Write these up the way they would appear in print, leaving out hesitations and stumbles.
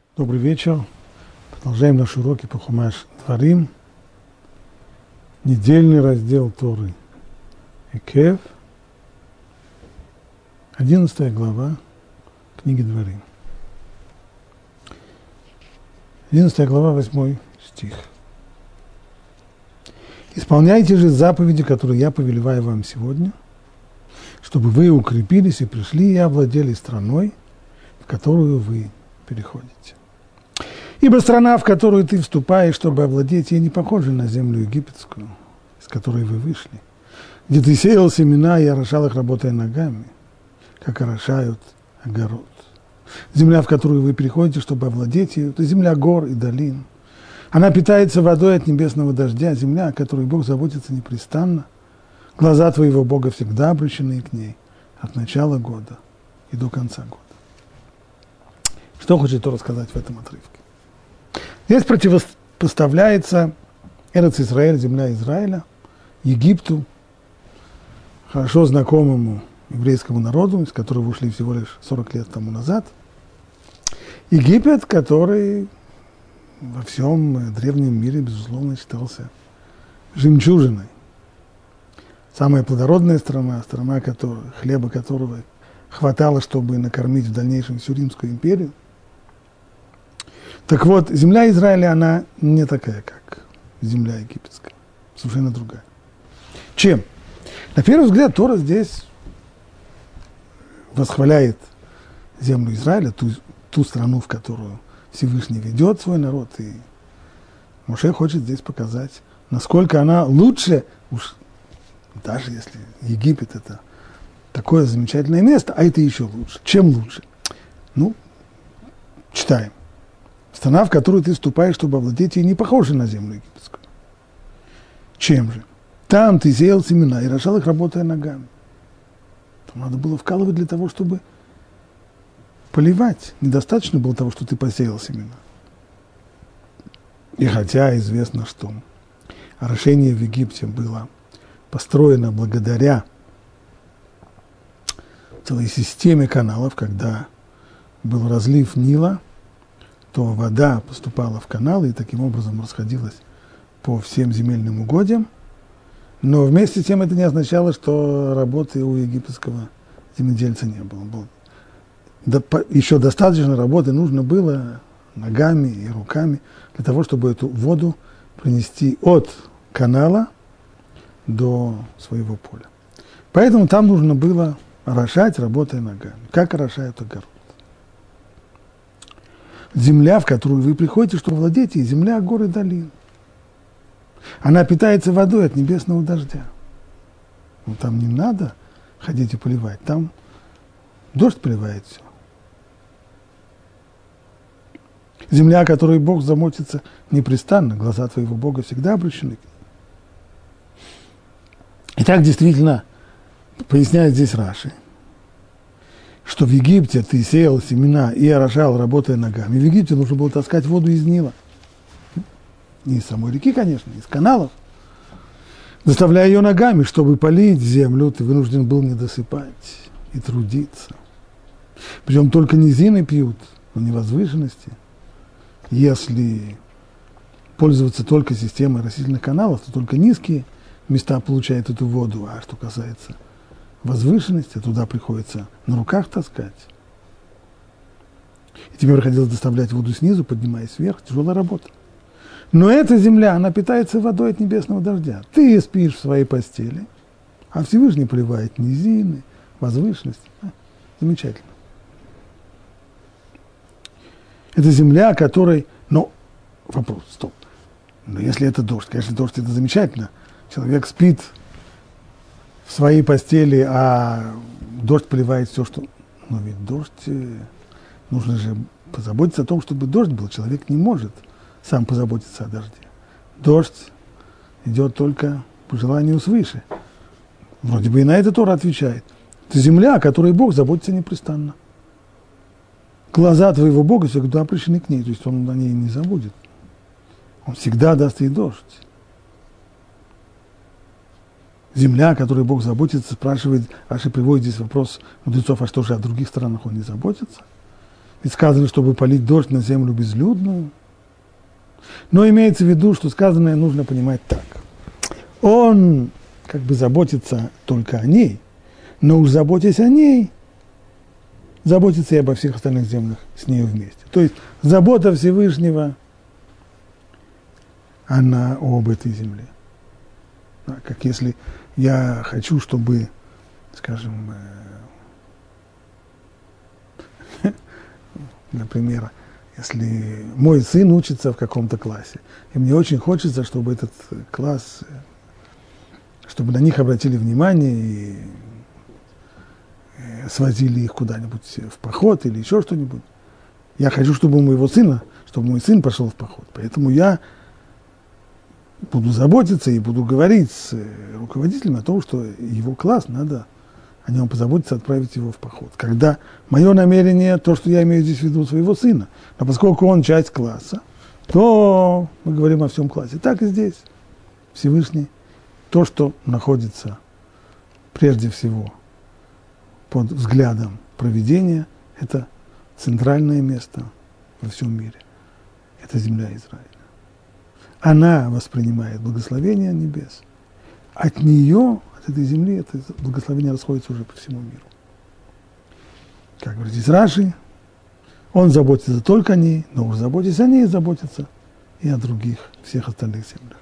Добрый вечер. Продолжаем наши уроки по Хумаш Дворим. Недельный раздел Торы Экев. 11 глава книги Дворим. 11 глава, 8 стих. «Исполняйте же заповеди, которые я повелеваю вам сегодня, чтобы вы укрепились и пришли и овладели страной, в которую вы переходите. Ибо страна, в которую ты вступаешь, чтобы овладеть, ей не похожа на землю египетскую, из которой вы вышли, где ты сеял семена и орошал их, работая ногами, как орошают огород. Земля, в которую вы переходите, чтобы овладеть ее, это земля гор и долин. Она питается водой от небесного дождя, земля, о которой Бог заботится непрестанно. Глаза твоего Бога всегда обращены к ней от начала года и до конца года». Что хочет Тора сказать в этом отрывке? Здесь противопоставляется Эрец Исраэль, земля Израиля, Египту, хорошо знакомому еврейскому народу, из которого ушли всего лишь 40 лет тому назад. Египет, который во всем древнем мире, безусловно, считался жемчужиной. Самая плодородная страна, хлеба которого хватало, чтобы накормить в дальнейшем всю Римскую империю. Так вот, земля Израиля, она не такая, как земля египетская, совершенно другая. Чем? На первый взгляд, Тора здесь восхваляет землю Израиля, ту страну, в которую Всевышний ведет свой народ, и Моше хочет здесь показать, насколько она лучше, уж даже если Египет – это такое замечательное место, а это еще лучше. Чем лучше? Ну, читаем. Страна, в которую ты вступаешь, чтобы овладеть, ей не похожа на землю египетскую. Чем же? Там ты сеял семена и орошал их, работая ногами. Там надо было вкалывать для того, чтобы поливать. Недостаточно было того, что ты посеял семена. И хотя известно, что орошение в Египте было построено благодаря целой системе каналов, когда был разлив Нила, то вода поступала в каналы и таким образом расходилась по всем земельным угодьям. Но вместе с тем это не означало, что работы у египетского земледельца не было. Еще достаточно работы нужно было ногами и руками для того, чтобы эту воду принести от канала до своего поля. Поэтому там нужно было орошать, работая ногами. Как орошают огород. Земля, в которую вы приходите, чтобы владеть, и земля гор и долин. Она питается водой от небесного дождя. Ну, там не надо ходить и поливать, там дождь поливает все. Земля, о которой Бог заботится непрестанно, глаза твоего Бога всегда обращены к ней. Итак, действительно, поясняет здесь Раши, что в Египте ты сеял семена и орошал, работая ногами. В Египте нужно было таскать воду из Нила. Не из самой реки, конечно, из каналов. Доставляя ее ногами, чтобы полить землю, ты вынужден был не досыпать и трудиться. Причем только низины пьют, но не возвышенности. Если пользоваться только системой растительных каналов, то только низкие места получают эту воду. А что касается возвышенности, туда приходится на руках таскать. И тебе приходилось доставлять воду снизу, поднимаясь вверх. Тяжелая работа. Но эта земля, она питается водой от небесного дождя. Ты спишь в своей постели, а Всевышний поливает низины, возвышенности. Замечательно. Это земля, которой... Ну, вопрос, стоп. Но если это дождь, конечно, дождь – это замечательно. Человек спит в своей постели, а дождь поливает все, что... Но ведь дождь... Нужно же позаботиться о том, чтобы дождь был. Человек не может сам позаботиться о дожде. Дождь идет только по желанию свыше. Вроде бы и на это Тора отвечает. Это земля, о которой Бог заботится непрестанно. Глаза твоего Бога всегда обращены к ней, то есть он о ней не забудет. Он всегда даст ей дождь. Земля, о которой Бог заботится, спрашивает, Раши приводит здесь вопрос мудрецов, а что же о других странах он не заботится? Ведь сказано, чтобы полить дождь на землю безлюдную. Но имеется в виду, что сказанное нужно понимать так. Он как бы заботится только о ней, но уж заботясь о ней, заботится и обо всех остальных землях с нею вместе. То есть забота Всевышнего, она об этой земле. Как если я хочу, чтобы, скажем, например, если мой сын учится в каком-то классе, и мне очень хочется, чтобы этот класс, чтобы на них обратили внимание и свозили их куда-нибудь в поход или еще что-нибудь. Я хочу, чтобы мой сын пошел в поход. Поэтому я буду заботиться и буду говорить с руководителем о том, что его класс, надо о нем позаботиться, отправить его в поход. Когда мое намерение, то, что я имею здесь в виду своего сына, но поскольку он часть класса, то мы говорим о всем классе. Так и здесь. Всевышний, то, что находится прежде всего под взглядом провидения, это центральное место во всем мире. Это земля Израиля. Она воспринимает благословение небес. От нее, от этой земли, это благословение расходится уже по всему миру. Как говорит здесь Раши, он заботится только о ней, но уж заботясь о ней, заботится и о других, всех остальных землях.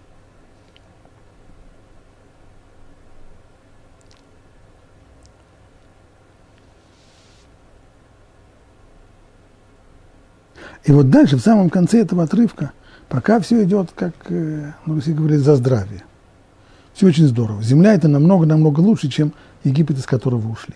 И вот дальше, в самом конце этого отрывка, пока все идет, как на Руси говорит, за здравие. Все очень здорово. Земля – это намного-намного лучше, чем Египет, из которого ушли.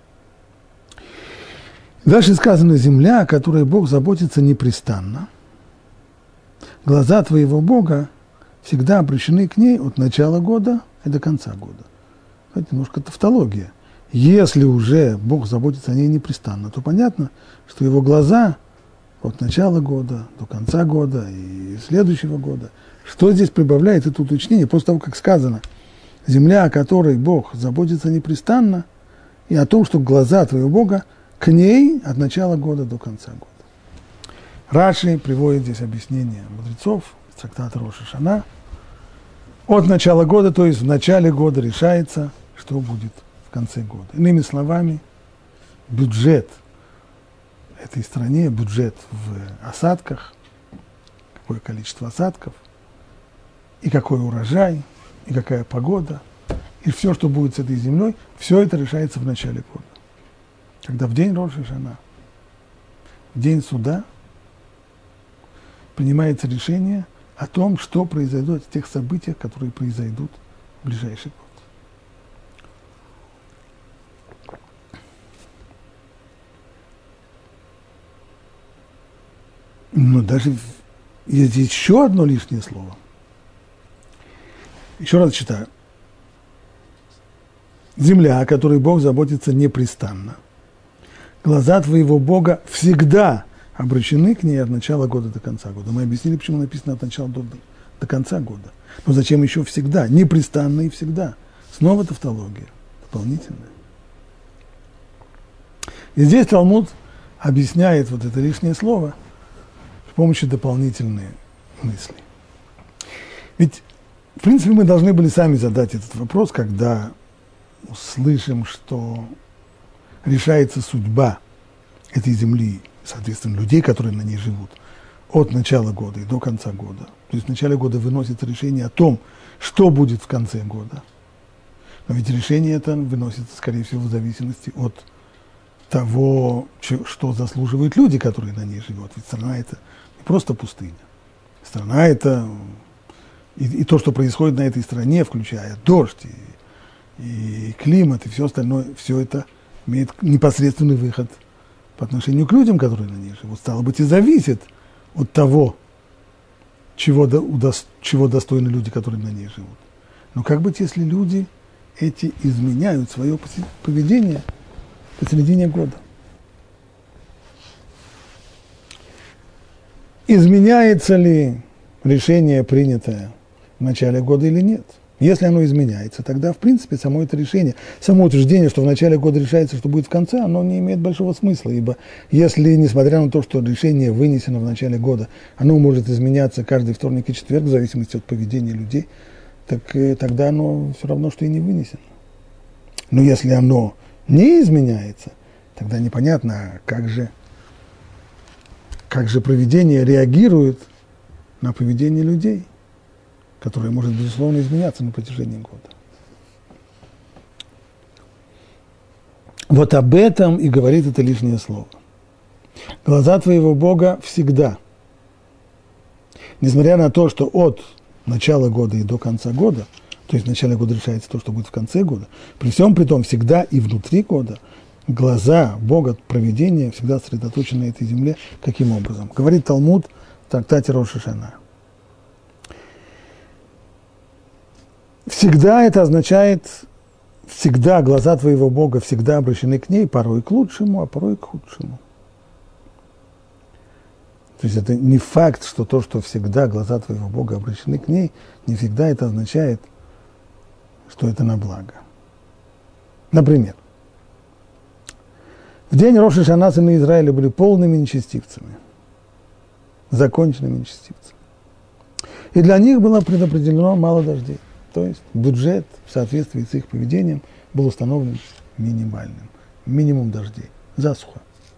Дальше сказано: земля, о которой Бог заботится непрестанно. Глаза твоего Бога всегда обращены к ней от начала года и до конца года. Это немножко тавтология. Если уже Бог заботится о ней непрестанно, то понятно, что его глаза от начала года до конца года и следующего года. Что здесь прибавляет это уточнение? После того, как сказано, земля, о которой Бог заботится непрестанно, и о том, что глаза твоего Бога к ней от начала года до конца года. Раши приводит здесь объяснение мудрецов, трактата Рош ха-Шана. От начала года, то есть в начале года решается, что будет в конце года. Иными словами, бюджет этой стране, бюджет в осадках, какое количество осадков, и какой урожай, и какая погода, и все, что будет с этой землей, все это решается в начале года. Когда в день Рош ха-Шана, в день суда, принимается решение о том, что произойдет в тех событиях, которые произойдут в ближайший год. Но даже есть еще одно лишнее слово. Еще раз читаю. Земля, о которой Бог заботится непрестанно. Глаза твоего Бога всегда обращены к ней от начала года до конца года. Мы объяснили, почему написано от начала до конца года. Но зачем еще всегда? Непрестанно и всегда. Снова тавтология дополнительная. И здесь Талмуд объясняет вот это лишнее слово с помощью дополнительной мысли. Ведь, в принципе, мы должны были сами задать этот вопрос, когда услышим, что решается судьба этой земли, соответственно, людей, которые на ней живут, от начала года и до конца года. То есть в начале года выносится решение о том, что будет в конце года. Но ведь решение это выносится, скорее всего, в зависимости от того, что заслуживают люди, которые на ней живут. Ведь страна – это не просто пустыня. Страна – это и то, что происходит на этой стране, включая дождь, и климат, и все остальное, все это имеет непосредственный выход по отношению к людям, которые на ней живут. Стало быть, и зависит от того, чего достойны люди, которые на ней живут. Но как быть, если люди эти изменяют свое поведение посередине года? Изменяется ли решение, принятое в начале года, или нет? Если оно изменяется, тогда, в принципе, само это решение, само утверждение, что в начале года решается, что будет в конце, оно не имеет большого смысла, ибо если, несмотря на то, что решение вынесено в начале года, оно может изменяться каждый вторник и четверг, в зависимости от поведения людей, так тогда оно все равно, что и не вынесено. Но если оно не изменяется, тогда непонятно, как же провидение реагирует на поведение людей, которое может, безусловно, изменяться на протяжении года. Вот об этом и говорит это лишнее слово. Глаза твоего Бога всегда, несмотря на то, что от начала года и до конца года, то есть в начале года решается то, что будет в конце года, при всем при том всегда и внутри года глаза Бога, провидения всегда сосредоточены на этой земле. Каким образом? Говорит Талмуд в трактате Рош ха-Шана. Всегда это означает, всегда глаза твоего Бога всегда обращены к ней, порой к лучшему, а порой к худшему. То есть это не факт, что то, что всегда глаза твоего Бога обращены к ней, не всегда это означает, что это на благо. Например, в день Рош ха-Шана сыны Израиля были полными нечестивцами, законченными нечестивцами. И для них было предопределено мало дождей. То есть бюджет в соответствии с их поведением был установлен минимальным. Минимум дождей. Засуха.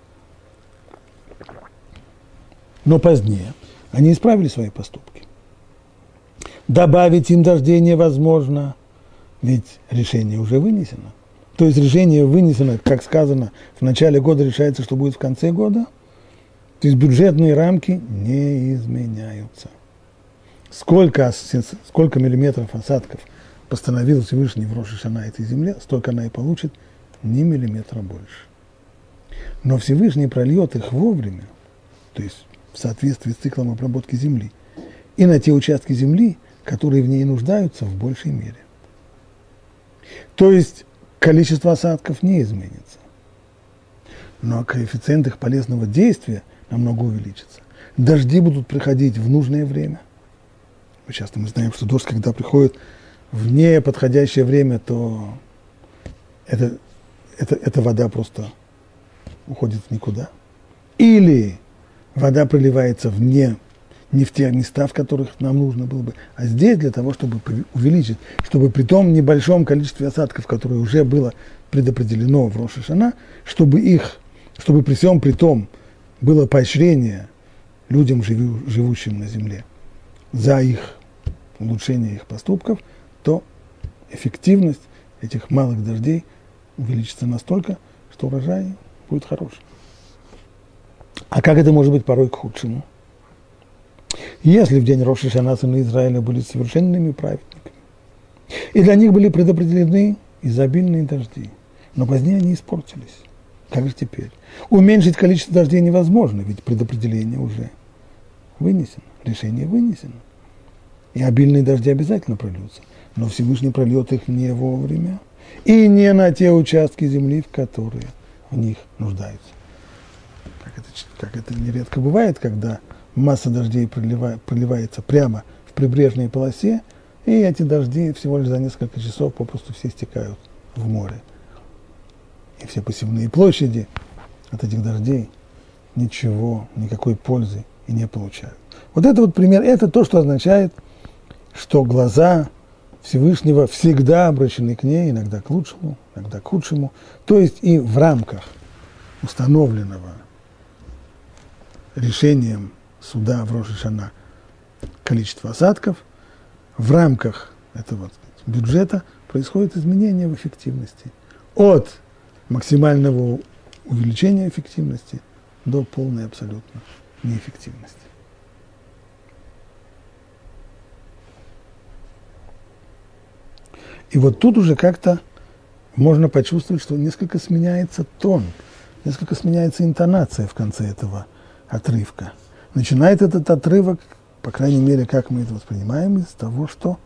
Но позднее они исправили свои поступки. Добавить им дождей невозможно, ведь решение уже вынесено. То есть решение вынесено, как сказано, в начале года решается, что будет в конце года. То есть бюджетные рамки не изменяются. Сколько миллиметров осадков постановил Всевышний в Рош ха-Шана этой земле, столько она и получит, ни миллиметра больше. Но Всевышний прольет их вовремя, то есть в соответствии с циклом обработки земли, и на те участки земли, которые в ней нуждаются в большей мере. То есть количество осадков не изменится, но коэффициент их полезного действия намного увеличится. Дожди будут приходить в нужное время. Часто мы знаем, что дождь, когда приходит в неподходящее время, то эта вода просто уходит в никуда. Или вода проливается не в те места, в которых нам нужно было бы, а здесь для того, чтобы увеличить, чтобы при том небольшом количестве осадков, которое уже было предопределено в Рош ха-Шана, чтобы при всем при том было поощрение людям, живущим на земле, за их улучшение их поступков, то эффективность этих малых дождей увеличится настолько, что урожай будет хороший. А как это может быть порой к худшему? Если в день Рош ха-Шана сыны Израиля были совершенными праведниками, и для них были предопределены изобильные дожди, но позднее они испортились, как же теперь? Уменьшить количество дождей невозможно, ведь предопределение уже вынесено, решение вынесено. И обильные дожди обязательно прольются, но Всевышний прольет их не вовремя и не на те участки земли, в которые в них нуждаются. Как это нередко бывает, когда масса дождей проливается прямо в прибрежной полосе, и эти дожди всего лишь за несколько часов попросту все стекают в море. И все посевные площади от этих дождей никакой пользы и не получают. Вот это вот пример, это то, что означает, что глаза Всевышнего всегда обращены к ней, иногда к лучшему, иногда к худшему, то есть и в рамках установленного решением суда в Рош ха-Шана количества осадков, в рамках этого бюджета происходит изменение в эффективности. От максимального увеличения эффективности до полной абсолютно неэффективности. И вот тут уже как-то можно почувствовать, что несколько сменяется тон, несколько сменяется интонация в конце этого отрывка. Начинает этот отрывок, по крайней мере, как мы это воспринимаем, из того, что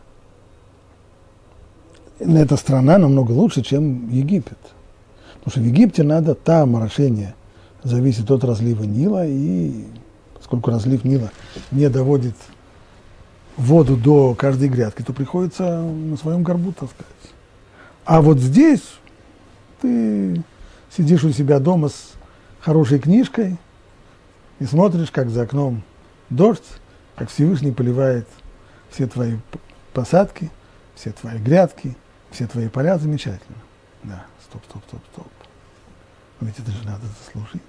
эта страна намного лучше, чем Египет. Потому что в Египте там орошение зависит от разлива Нила, и поскольку разлив Нила не доводит воду до каждой грядки, то приходится на своем горбу таскать. А вот здесь ты сидишь у себя дома с хорошей книжкой и смотришь, как за окном дождь, как Всевышний поливает все твои посадки, все твои грядки, все твои поля. Замечательно. Да, стоп. Но ведь это же надо заслужить.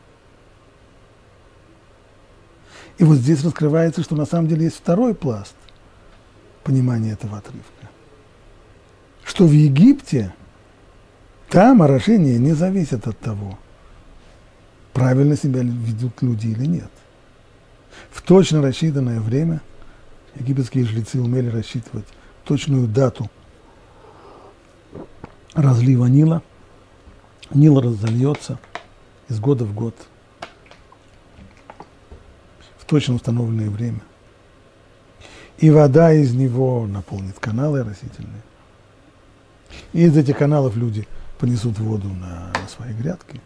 И вот здесь раскрывается, что на самом деле есть второй пласт понимания этого отрывка. Что в Египте там орошение не зависит от того, правильно себя ведут люди или нет. В точно рассчитанное время египетские жрецы умели рассчитывать точную дату разлива Нила. Нил разольется из года в год в точно установленное время. И вода из него наполнит каналы растительные. И из этих каналов люди понесут воду на свои грядки.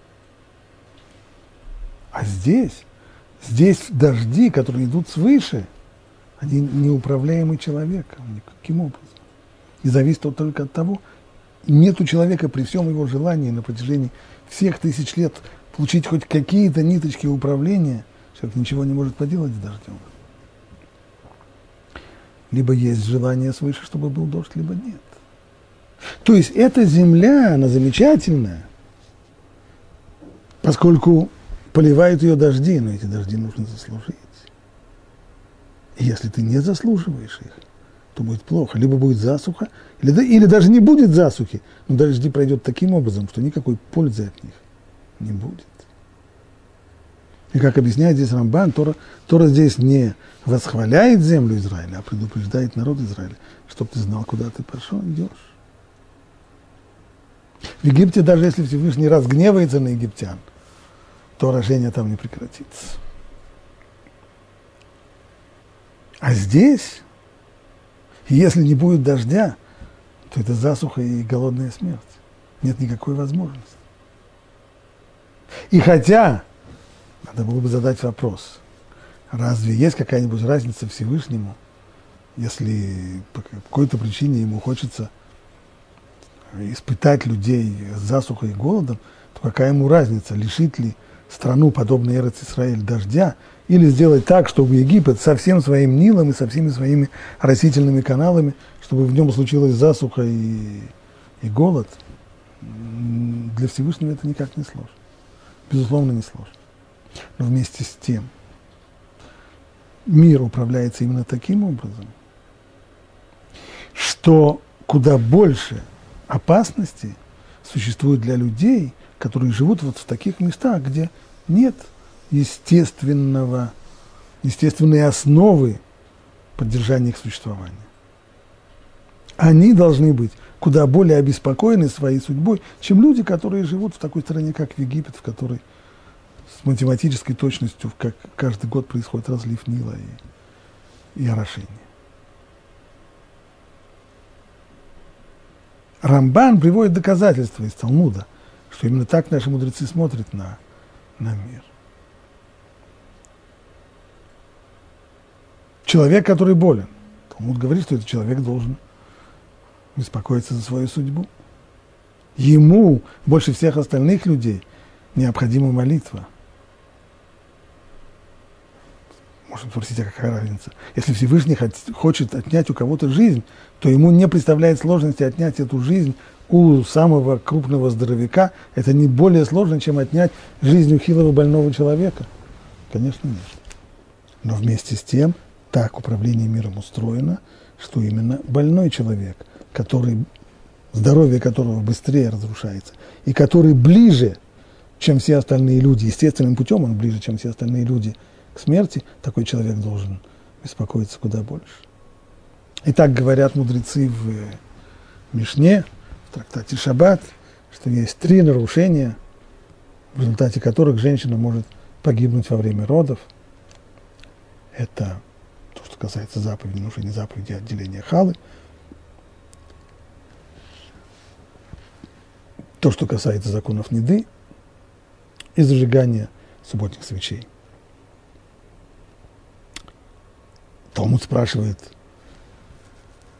А здесь дожди, которые идут свыше, они неуправляемы человеком никаким образом. И зависит только от того, нет у человека при всем его желании на протяжении всех тысяч лет получить хоть какие-то ниточки управления, человек ничего не может поделать с дождем. Либо есть желание свыше, чтобы был дождь, либо нет. То есть эта земля, она замечательная, поскольку поливают ее дожди, но эти дожди нужно заслужить. И если ты не заслуживаешь их, то будет плохо. Либо будет засуха, или даже не будет засухи, но дожди пройдет таким образом, что никакой пользы от них не будет. И как объясняет здесь Рамбан, Тора здесь не восхваляет землю Израиля, а предупреждает народ Израиля, чтобы ты знал, куда ты пошел, идешь. В Египте, даже если Всевышний разгневается на египтян, то орошение там не прекратится. А здесь, если не будет дождя, то это засуха и голодная смерть. Нет никакой возможности. И хотя, надо было бы задать вопрос, разве есть какая-нибудь разница Всевышнему, если по какой-то причине ему хочется испытать людей засухой и голодом, то какая ему разница, лишить ли страну, подобной Эрец-Исраэль, дождя, или сделать так, чтобы Египет со всем своим Нилом и со всеми своими растительными каналами, чтобы в нем случилась засуха и голод. Для Всевышнего это никак не сложно. Безусловно, не сложно. Но вместе с тем мир управляется именно таким образом, что куда больше опасности существует для людей, которые живут вот в таких местах, где нет естественной основы поддержания их существования. Они должны быть куда более обеспокоены своей судьбой, чем люди, которые живут в такой стране, как Египет, в которой с математической точностью как каждый год происходит разлив Нила и орошение. Рамбан приводит доказательства из Талмуда, что именно так наши мудрецы смотрят на мир. Человек, который болен, Талмуд говорит, что этот человек должен беспокоиться за свою судьбу. Ему, больше всех остальных людей, необходима молитва. Можно спросить, а какая разница? Если Всевышний хочет отнять у кого-то жизнь, то ему не представляет сложности отнять эту жизнь у самого крупного здоровяка. Это не более сложно, чем отнять жизнь у хилого больного человека. Конечно, нет. Но вместе с тем, так управление миром устроено, что именно больной человек, здоровье которого быстрее разрушается, и который ближе, чем все остальные люди, естественным путем он ближе, чем все остальные люди к смерти, такой человек должен беспокоиться куда больше. И так говорят мудрецы в Мишне, в трактате Шаббат, что есть 3 нарушения, в результате которых женщина может погибнуть во время родов. Это то, что касается заповеди, нарушения заповеди отделения халы. То, что касается законов неды и зажигания субботних свечей. Талмуд спрашивает,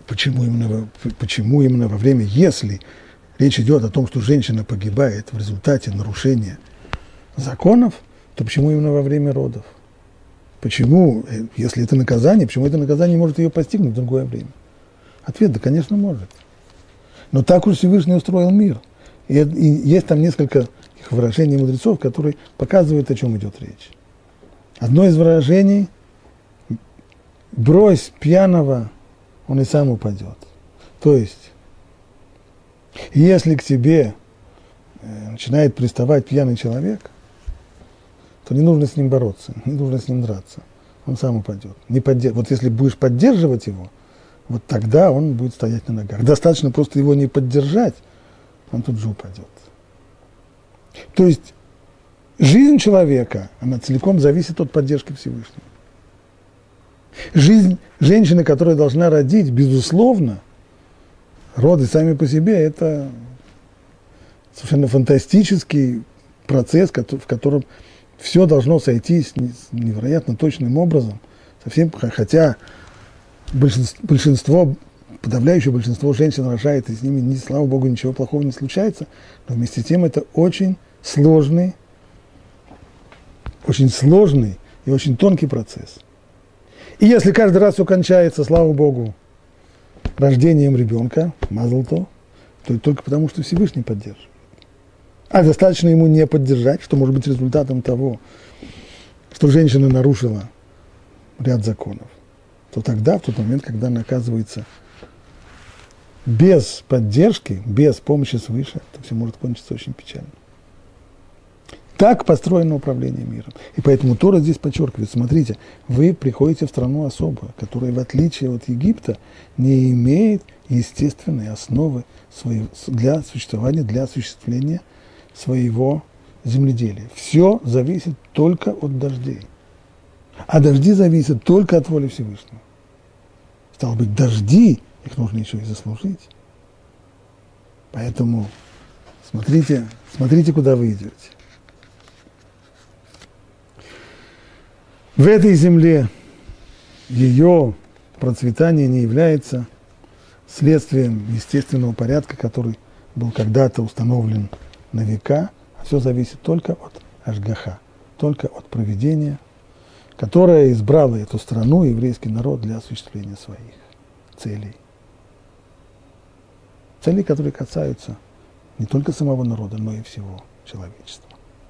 почему именно во время, если речь идет о том, что женщина погибает в результате нарушения законов, то почему именно во время родов? Почему, если это наказание, почему это наказание может ее постигнуть в другое время? Ответ – да, конечно, может. Но так уж Всевышний устроил мир. И есть там несколько их выражений мудрецов, которые показывают, о чем идет речь. Одно из выражений – брось пьяного, он и сам упадет. То есть, если к тебе начинает приставать пьяный человек, то не нужно с ним бороться, не нужно с ним драться. Он сам упадет. Вот если будешь поддерживать его, вот тогда он будет стоять на ногах. Достаточно просто его не поддержать, он тут же упадет. То есть жизнь человека, она целиком зависит от поддержки Всевышнего. Жизнь женщины, которая должна родить, безусловно, роды сами по себе – это совершенно фантастический процесс, в котором все должно сойтись невероятно точным образом, хотя большинство, подавляющее большинство женщин рожает, и с ними, слава Богу, ничего плохого не случается, но вместе с тем это очень сложный и очень тонкий процесс. И если каждый раз все кончается, слава Богу, рождением ребенка, мазал то это только потому, что Всевышний поддерживает. А достаточно ему не поддержать, что может быть результатом того, что женщина нарушила ряд законов, то тогда, в тот момент, когда она оказывается без поддержки, без помощи свыше, то все может кончиться очень печально. Так построено управление миром. И поэтому Тора здесь подчеркивает, смотрите, вы приходите в страну особую, которая, в отличие от Египта, не имеет естественной основы для существования, для осуществления своего земледелия. Все зависит только от дождей. А дожди зависят только от воли Всевышнего. Стало быть, дожди, их нужно еще и заслужить. Поэтому смотрите, куда вы идете. В этой земле ее процветание не является следствием естественного порядка, который был когда-то установлен на века, а все зависит только от ашгаха, только от провидения, которое избрало эту страну, еврейский народ, для осуществления своих целей. Целей, которые касаются не только самого народа, но и всего человечества.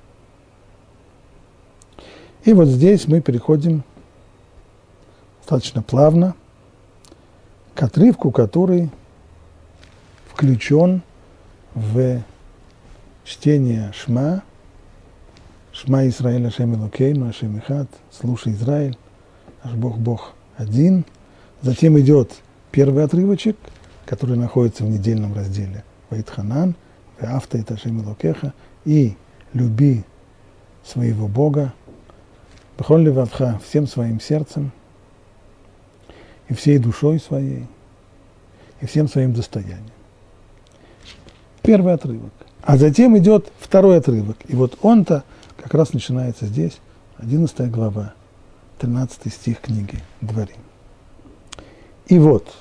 И вот здесь мы переходим достаточно плавно к отрывку, который включен в чтение Шма Исраэль Ашем Элокейну, Ашем Эхад, слушай, Израиль, наш Бог один. Затем идет первый отрывочек, который находится в недельном разделе Ваитханан, Веафта эт Ашем Элокеха, и люби своего Бога, Бехоль левавха, всем своим сердцем, и всей душой своей, и всем своим достоянием. Первый отрывок. А затем идет второй отрывок. И вот он-то как раз начинается здесь, 11 глава, 13 стих книги Дворим. И вот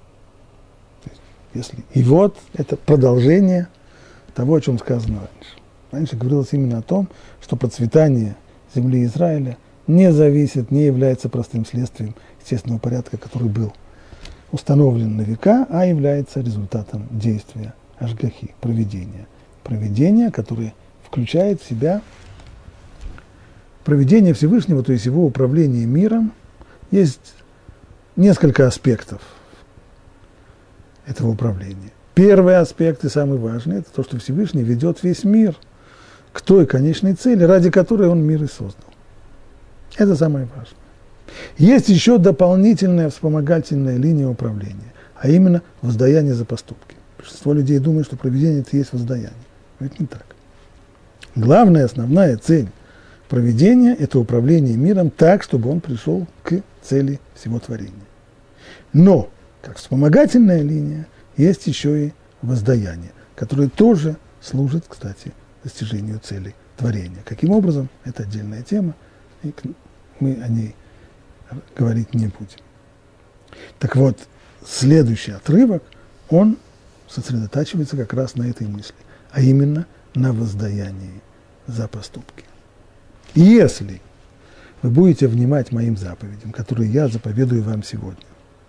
это продолжение того, о чем сказано раньше. Раньше говорилось именно о том, что процветание земли Израиля не зависит, не является простым следствием естественного порядка, который был установлен на века, а является результатом действия ашгахи, провидения. Провидение, которое включает в себя провидение Всевышнего, то есть его управление миром. Есть несколько аспектов этого управления. Первый аспект и самый важный – это то, что Всевышний ведет весь мир к той конечной цели, ради которой он мир и создал. Это самое важное. Есть еще дополнительная вспомогательная линия управления, а именно воздаяние за поступки. Большинство людей думают, что провидение – это есть воздаяние. Но это не так. Главная, основная цель провидения – это управление миром так, чтобы он пришел к цели всего творения. Но, как вспомогательная линия, есть еще и воздаяние, которое тоже служит, кстати, достижению цели творения. Каким образом? Это отдельная тема, и мы о ней говорить не будем. Так вот, следующий отрывок, он сосредотачивается как раз на этой мысли, а именно на воздаянии за поступки. Если вы будете внимать моим заповедям, которые я заповедую вам сегодня,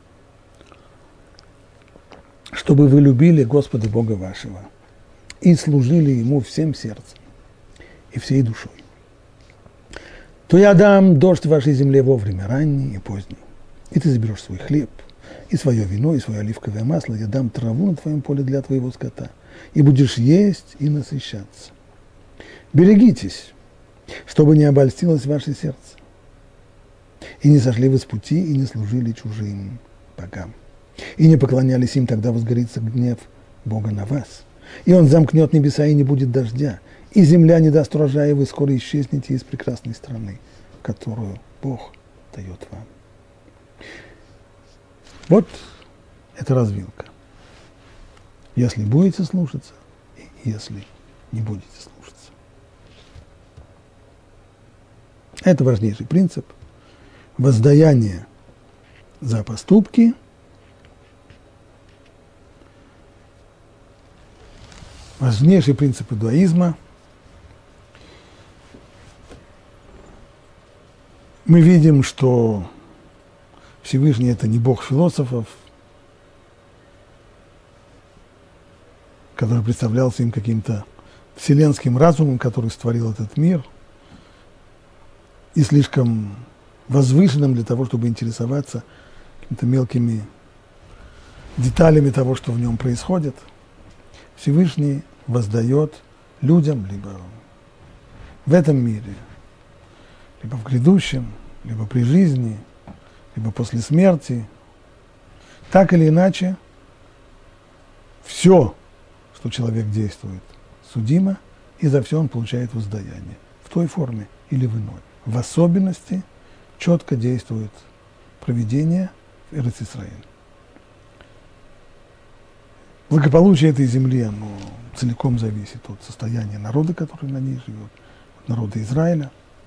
чтобы вы любили Господа Бога вашего и служили Ему всем сердцем и всей душой, то я дам дождь в вашей земле вовремя, ранний и поздний, и ты заберешь свой хлеб, и свое вино, и свое оливковое масло, я дам траву на твоем поле для твоего скота, и будешь есть и насыщаться. Берегитесь, чтобы не обольстилось ваше сердце, и не сошли вы с пути, и не служили чужим богам, и не поклонялись им, тогда возгорится гнев Бога на вас, и Он замкнет небеса, и не будет дождя, и земля не даст урожая, и вы скоро исчезнете из прекрасной страны, которую Бог дает вам. Вот это развилка. Если будете слушаться, и если не будете слушаться. Это важнейший принцип. Воздаяние за поступки. Важнейший принцип иудаизма. Мы видим, что Всевышний – это не бог философов, который представлялся им каким-то вселенским разумом, который створил этот мир, и слишком возвышенным для того, чтобы интересоваться какими-то мелкими деталями того, что в нем происходит. Всевышний воздает людям либо в этом мире, либо в грядущем, либо при жизни, либо после смерти. Так или иначе, все, что человек действует, судимо, и за все он получает воздаяние, в той форме или в иной. В особенности четко действует провидение в Эрец-Исраэль. Благополучие этой земли, оно целиком зависит от состояния народа, который на ней живет, от народа Израиля.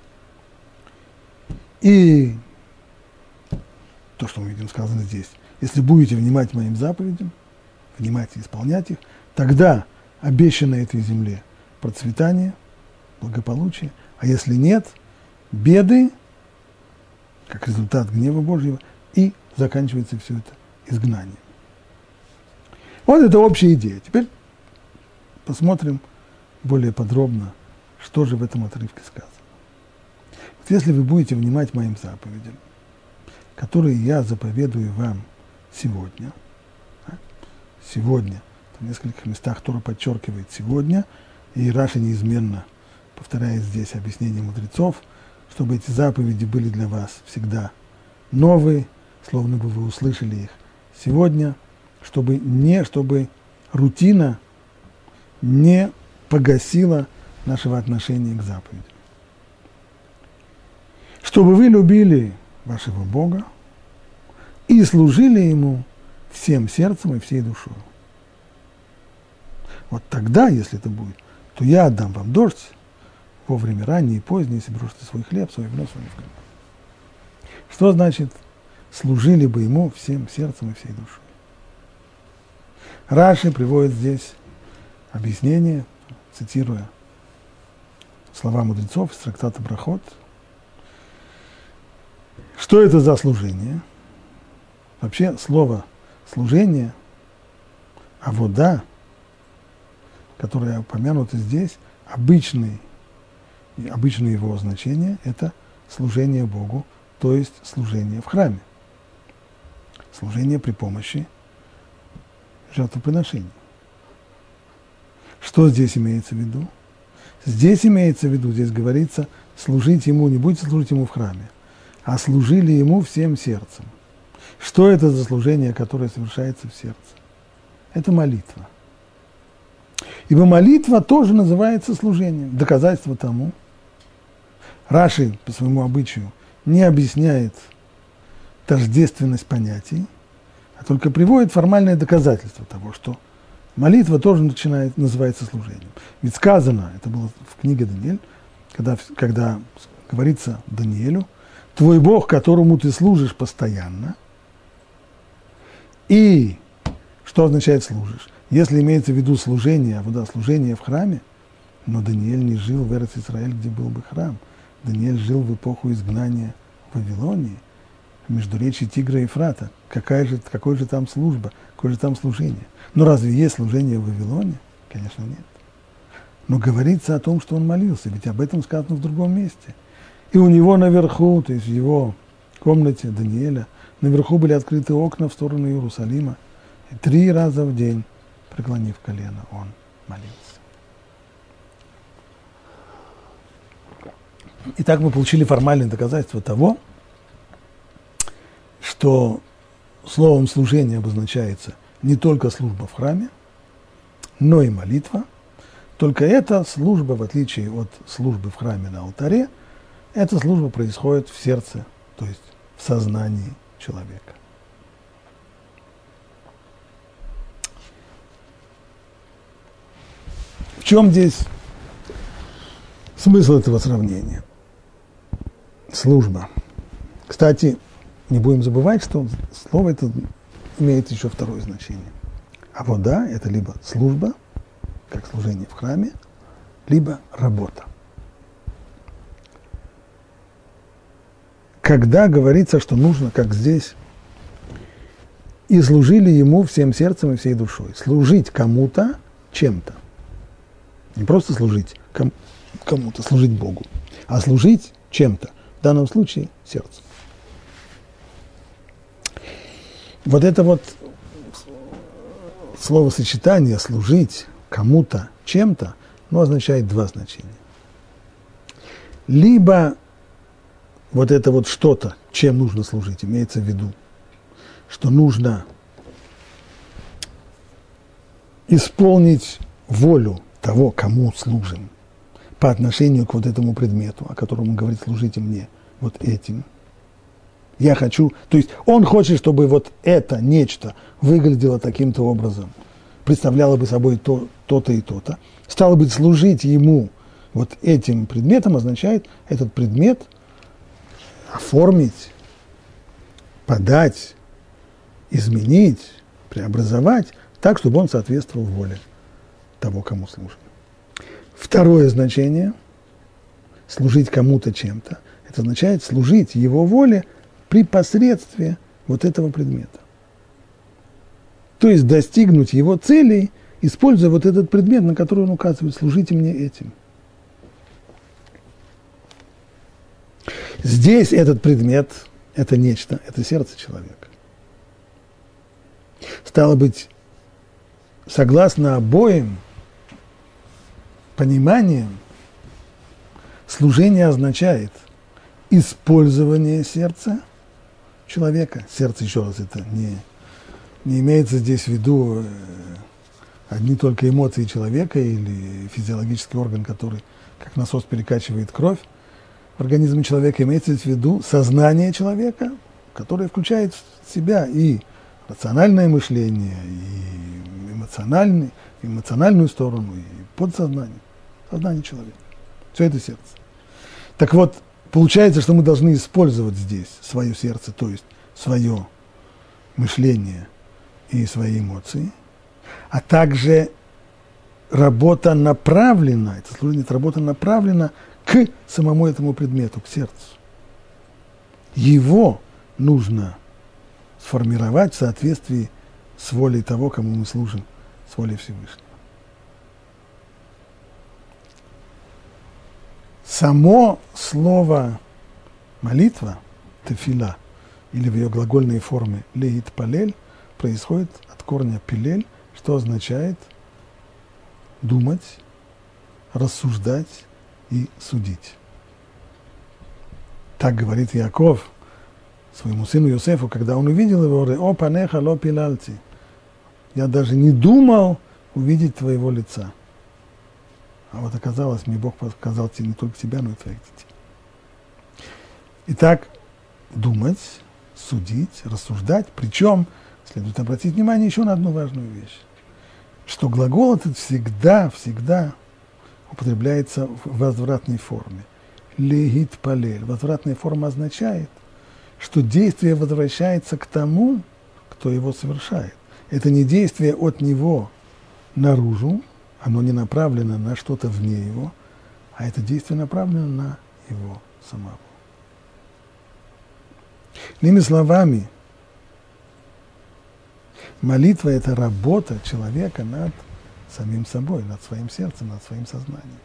И то, что мы видим сказано здесь, если будете внимать моим заповедям, внимать и исполнять их, тогда обещано этой земле процветание, благополучие, а если нет, беды, как результат гнева Божьего, и заканчивается все это изгнанием. Вот это общая идея. Теперь посмотрим более подробно, что же в этом отрывке сказано. Вот если вы будете внимать моим заповедям, которые я заповедую вам сегодня, сегодня, в нескольких местах Тора подчеркивает сегодня, и Раши неизменно повторяет здесь объяснение мудрецов, чтобы эти заповеди были для вас всегда новые, словно бы вы услышали их сегодня, чтобы рутина не погасила нашего отношения к заповедям. Чтобы вы любили вашего Бога и служили Ему всем сердцем и всей душой. Вот тогда, если это будет, то я отдам вам дождь вовремя, ранний и поздний, если брошите свой хлеб, свое вино, свое хлеб. Что значит служили бы Ему всем сердцем и всей душой? Раши приводит здесь объяснение, цитируя слова мудрецов из трактата Брахот. Что это за служение? Вообще слово служение, авода, которое упомянуто здесь, обычное его значение – это служение Богу, то есть служение в храме, служение при помощи жертвоприношений. Что здесь имеется в виду? Здесь имеется в виду, здесь говорится, служить Ему, не будете служить Ему в храме, а служили Ему всем сердцем. Что это за служение, которое совершается в сердце? Это молитва. Ибо молитва тоже называется служением. Доказательство тому. Раши, по своему обычаю, не объясняет тождественность понятий, а только приводит формальное доказательство того, что молитва тоже называется служением. Ведь сказано, это было в книге Даниэль, когда говорится Даниэлю, твой Бог, которому ты служишь постоянно, И что означает служишь? Если имеется в виду служение, служение в храме, но Даниэль не жил в Эрец-Исраэль, где был бы храм. Даниэль жил в эпоху изгнания в Вавилонии, в междуречии Тигра и Ефрата. Какая же там служба, какое же там служение? Но разве есть служение в Вавилоне? Конечно, нет. Но говорится о том, что он молился, ведь об этом сказано в другом месте. И у него наверху, то есть в его комнате Даниэля, наверху были открыты окна в сторону Иерусалима, и 3 раза в день, преклонив колено, он молился. Итак, мы получили формальное доказательство того, что словом служение обозначается не только служба в храме, но и молитва. Только эта служба, в отличие от службы в храме на алтаре, эта служба происходит в сердце, то есть в сознании человека. В чем здесь смысл этого сравнения? Служба. Кстати, не будем забывать, что слово это имеет еще второе значение. Авода – это либо служба, как служение в храме, либо работа. Когда говорится, что нужно, как здесь, и служили ему всем сердцем и всей душой. Служить кому-то чем-то. Не просто служить кому-то, служить Богу, а служить чем-то. В данном случае сердцем. Вот это вот словосочетание «служить кому-то чем-то», означает 2 значения. Либо вот это вот что-то, чем нужно служить, имеется в виду, что нужно исполнить волю того, кому служим, по отношению к вот этому предмету, о котором он говорит «служите мне вот этим». Я хочу, то есть он хочет, чтобы вот это нечто выглядело таким-то образом, представляло бы собой то-то и то-то. Стало быть, служить ему вот этим предметом означает этот предмет оформить, подать, изменить, преобразовать так, чтобы он соответствовал воле того, кому служим. Второе значение – служить кому-то чем-то. Это означает служить его воле при посредстве вот этого предмета. То есть достигнуть его целей, используя вот этот предмет, на который он указывает, служите мне этим. Здесь этот предмет, это нечто, это сердце человека. Стало быть, согласно обоим пониманиям, служение означает использование сердца человека. Сердце, еще раз, это не имеется здесь в виду одни только эмоции человека или физиологический орган, который как насос перекачивает кровь. В организме человека имеется в виду сознание человека, которое включает в себя и рациональное мышление, и эмоциональную сторону, и подсознание, сознание человека. Все это сердце. Так вот, получается, что мы должны использовать здесь свое сердце, то есть свое мышление и свои эмоции, а также работа направлена, это служение, это работа направлена к самому этому предмету, к сердцу. Его нужно сформировать в соответствии с волей того, кому мы служим, с волей Всевышнего. Само слово молитва, тефила, или в ее глагольной форме леит палель, происходит от корня пилель, что означает думать, рассуждать и судить. Так говорит Иаков своему сыну Йосефу, когда он увидел его, «О панеха ло пилальти», я даже не думал увидеть твоего лица. А вот оказалось, мне Бог показал не только тебя, но и твоих детей. Итак, думать, судить, рассуждать, причем следует обратить внимание еще на одну важную вещь, что глагол этот всегда употребляется в возвратной форме. Легит палель. Возвратная форма означает, что действие возвращается к тому, кто его совершает. Это не действие от него наружу, оно не направлено на что-то вне его, а это действие направлено на его самого. Иными словами, молитва – это работа человека над самим собой, над своим сердцем, над своим сознанием.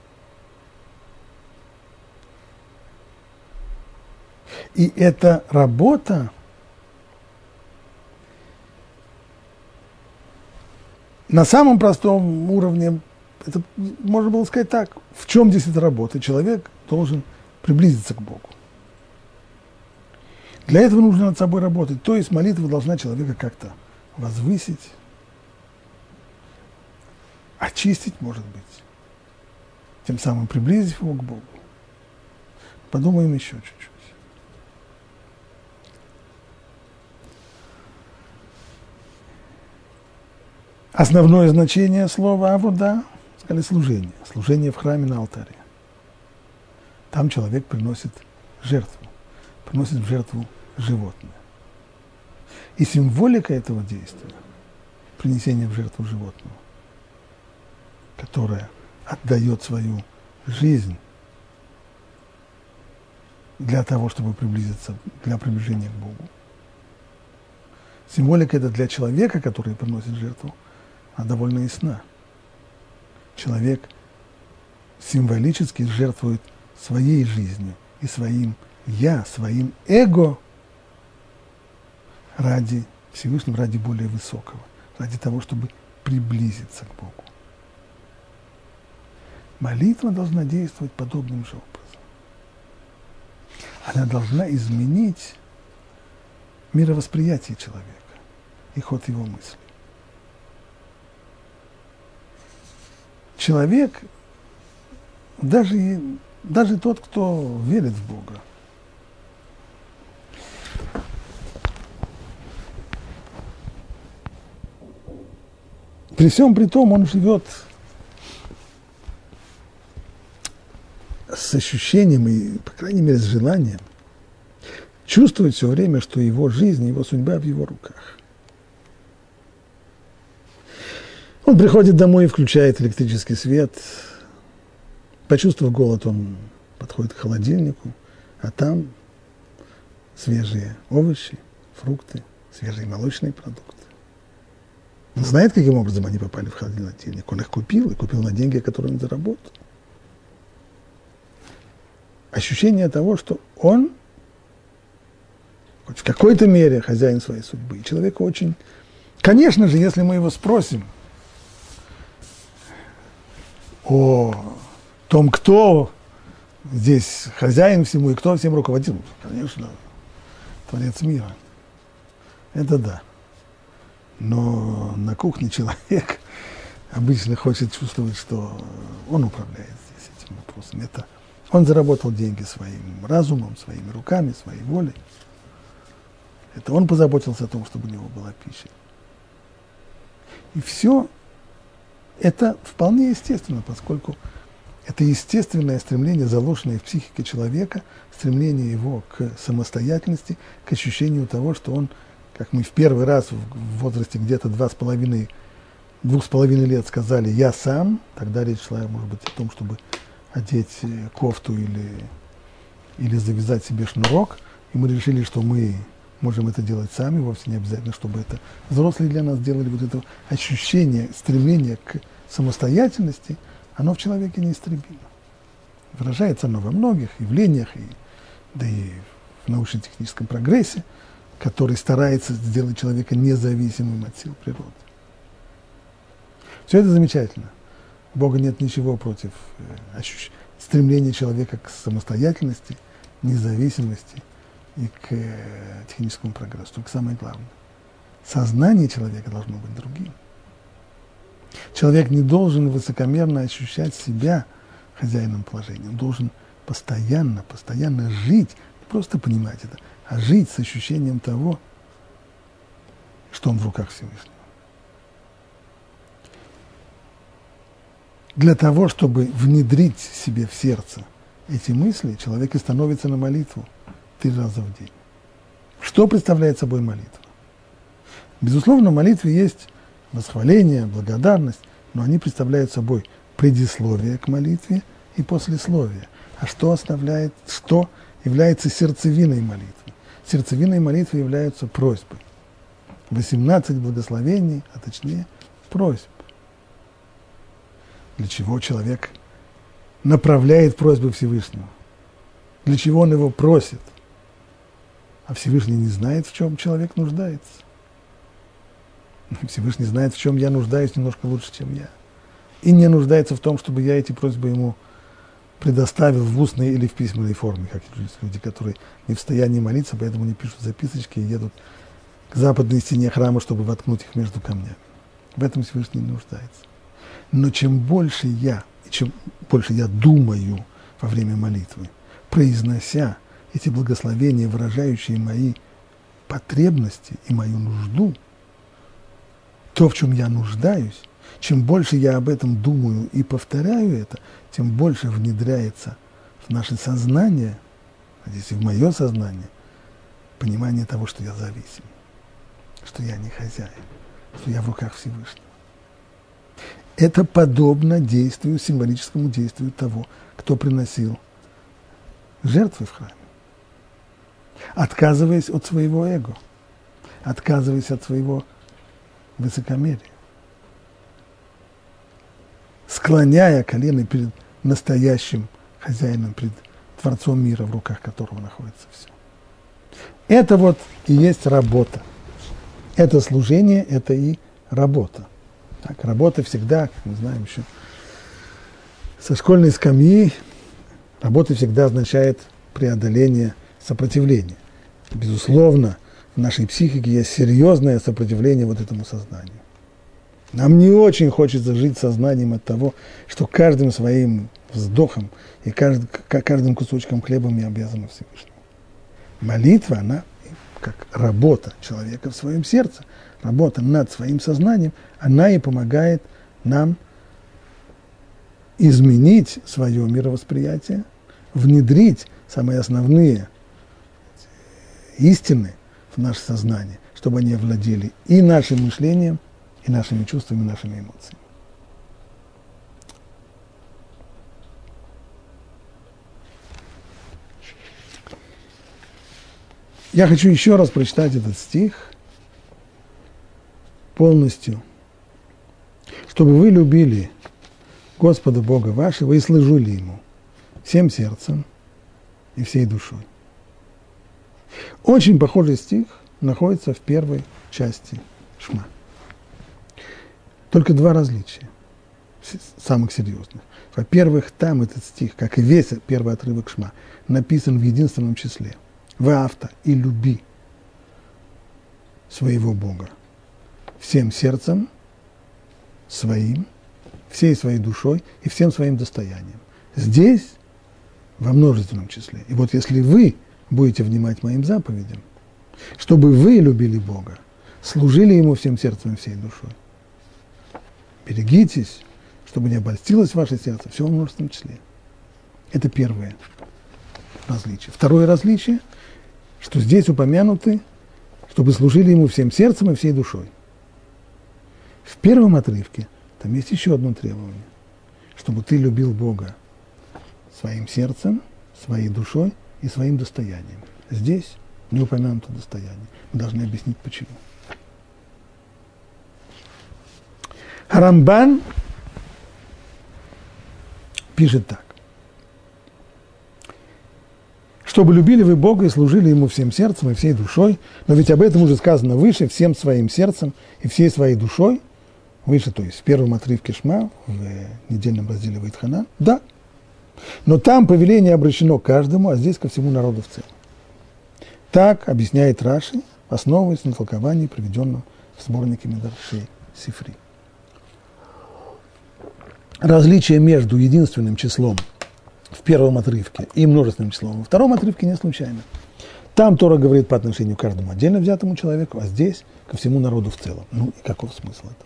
И эта работа на самом простом уровне, это можно было сказать так, в чем здесь эта работа? Человек должен приблизиться к Богу. Для этого нужно над собой работать, то есть молитва должна человека как-то возвысить, очистить, может быть, тем самым приблизив его к Богу. Подумаем еще чуть-чуть. Основное значение слова «авода» – сказали служение. Служение в храме на алтаре. Там человек приносит жертву, приносит в жертву животное. И символика этого действия – принесение в жертву животного, которое отдает свою жизнь для того, чтобы приблизиться, для приближения к Богу. Символика это для человека, который приносит жертву, она довольно ясна. Человек символически жертвует своей жизнью и своим «я», своим эго ради Всевышнего, ради более высокого, ради того, чтобы приблизиться к Богу. Молитва должна действовать подобным же образом. Она должна изменить мировосприятие человека и ход его мыслей. Человек, даже тот, кто верит в Бога, при всем при том он живет с ощущением и, по крайней мере, с желанием чувствовать все время, что его жизнь, его судьба в его руках. Он приходит домой и включает электрический свет. Почувствовав голод, он подходит к холодильнику, а там свежие овощи, фрукты, свежие молочные продукты. Он знает, каким образом они попали в холодильник. Он их купил, и купил на деньги, которые он заработал. Ощущение того, что он хоть в какой-то мере хозяин своей судьбы. И человек очень... Конечно же, если мы его спросим о том, кто здесь хозяин всему и кто всем руководит, конечно, Творец мира. Это да. Но на кухне человек обычно хочет чувствовать, что он управляет здесь этим вопросом. Это он заработал деньги своим разумом, своими руками, своей волей. Это он позаботился о том, чтобы у него была пища. И все это вполне естественно, поскольку это естественное стремление, заложенное в психике человека, стремление его к самостоятельности, к ощущению того, что он, как мы в первый раз в возрасте где-то 2,5 лет сказали «я сам», тогда речь шла, может быть, о том, чтобы одеть кофту или завязать себе шнурок, и мы решили, что мы можем это делать сами, вовсе не обязательно, чтобы это взрослые для нас делали. Вот это ощущение, стремление к самостоятельности, оно в человеке неистребимо. Выражается оно во многих явлениях, да и в научно-техническом прогрессе, который старается сделать человека независимым от сил природы. Все это замечательно. У Бога нет ничего против стремления человека к самостоятельности, независимости и к техническому прогрессу. Только самое главное, сознание человека должно быть другим. Человек не должен высокомерно ощущать себя хозяином положения. Он должен постоянно жить, не просто понимать это, а жить с ощущением того, что он в руках Всевышнего. Для того, чтобы внедрить себе в сердце эти мысли, человек и становится на молитву 3 раза в день. Что представляет собой молитва? Безусловно, в молитве есть восхваление, благодарность, но они представляют собой предисловие к молитве и послесловие. А что является сердцевиной молитвы? Сердцевиной молитвы являются просьбы. 18 благословений, а точнее просьб. Для чего человек направляет просьбы Всевышнему? Для чего он его просит? А Всевышний не знает, в чем человек нуждается. Всевышний знает, в чем я нуждаюсь немножко лучше, чем я. И не нуждается в том, чтобы я эти просьбы ему предоставил в устной или в письменной форме, как есть люди, которые не в состоянии молиться, поэтому не пишут записочки и едут к западной стене храма, чтобы воткнуть их между камнями. В этом Всевышний не нуждается. Но чем больше я думаю во время молитвы, произнося эти благословения, выражающие мои потребности и мою нужду, то, в чем я нуждаюсь, чем больше я об этом думаю и повторяю это, тем больше внедряется в наше сознание, здесь и в мое сознание, понимание того, что я зависим, что я не хозяин, что я в руках Всевышнего. Это подобно действию, символическому действию того, кто приносил жертвы в храме, отказываясь от своего эго, отказываясь от своего высокомерия, склоняя колено перед настоящим хозяином, перед Творцом мира, в руках которого находится все. Это вот и есть работа. Это служение, это и работа. Так, работа всегда, как мы знаем еще, со школьной скамьи, работа всегда означает преодоление сопротивления. Безусловно, в нашей психике есть серьезное сопротивление вот этому сознанию. Нам не очень хочется жить сознанием от того, что каждым своим вздохом и каждым кусочком хлеба мы обязаны Всевышнему. Молитва, она как работа человека в своем сердце, работа над своим сознанием, она и помогает нам изменить свое мировосприятие, внедрить самые основные истины в наше сознание, чтобы они овладели и нашим мышлением, и нашими чувствами, и нашими эмоциями. Я хочу еще раз прочитать этот стих полностью. Чтобы вы любили Господа Бога вашего и служили Ему всем сердцем и всей душой. Очень похожий стих находится в первой части Шма. Только два различия, самых серьезных. Во-первых, там этот стих, как и весь первый отрывок Шма, написан в единственном числе. «Ваавта» и «люби» своего Бога всем сердцем своим, всей своей душой и всем своим достоянием. Здесь во множественном числе. И вот если вы будете внимать моим заповедям, чтобы вы любили Бога, служили Ему всем сердцем и всей душой, берегитесь, чтобы не обольстилось ваше сердце, все в множественном числе. Это первое различие. Второе различие, что здесь упомянуты, чтобы служили Ему всем сердцем и всей душой. В первом отрывке там есть еще одно требование, чтобы ты любил Бога своим сердцем, своей душой и своим достоянием. Здесь не упомянуто достояние. Мы должны объяснить, почему. Рамбан пишет так. Чтобы любили вы Бога и служили Ему всем сердцем и всей душой, но ведь об этом уже сказано выше, всем своим сердцем и всей своей душой, выше, то есть в первом отрывке Шма, в недельном разделе Ваитханан, да, но там повеление обращено каждому, а здесь ко всему народу в целом. Так объясняет Раши, основываясь на толковании, приведенном в сборнике Медаршей Сифри. Различие между единственным числом в первом отрывке и множественным числом во втором отрывке не случайно. Там Тора говорит по отношению к каждому отдельно взятому человеку, а здесь ко всему народу в целом. Ну и каков смысл этого?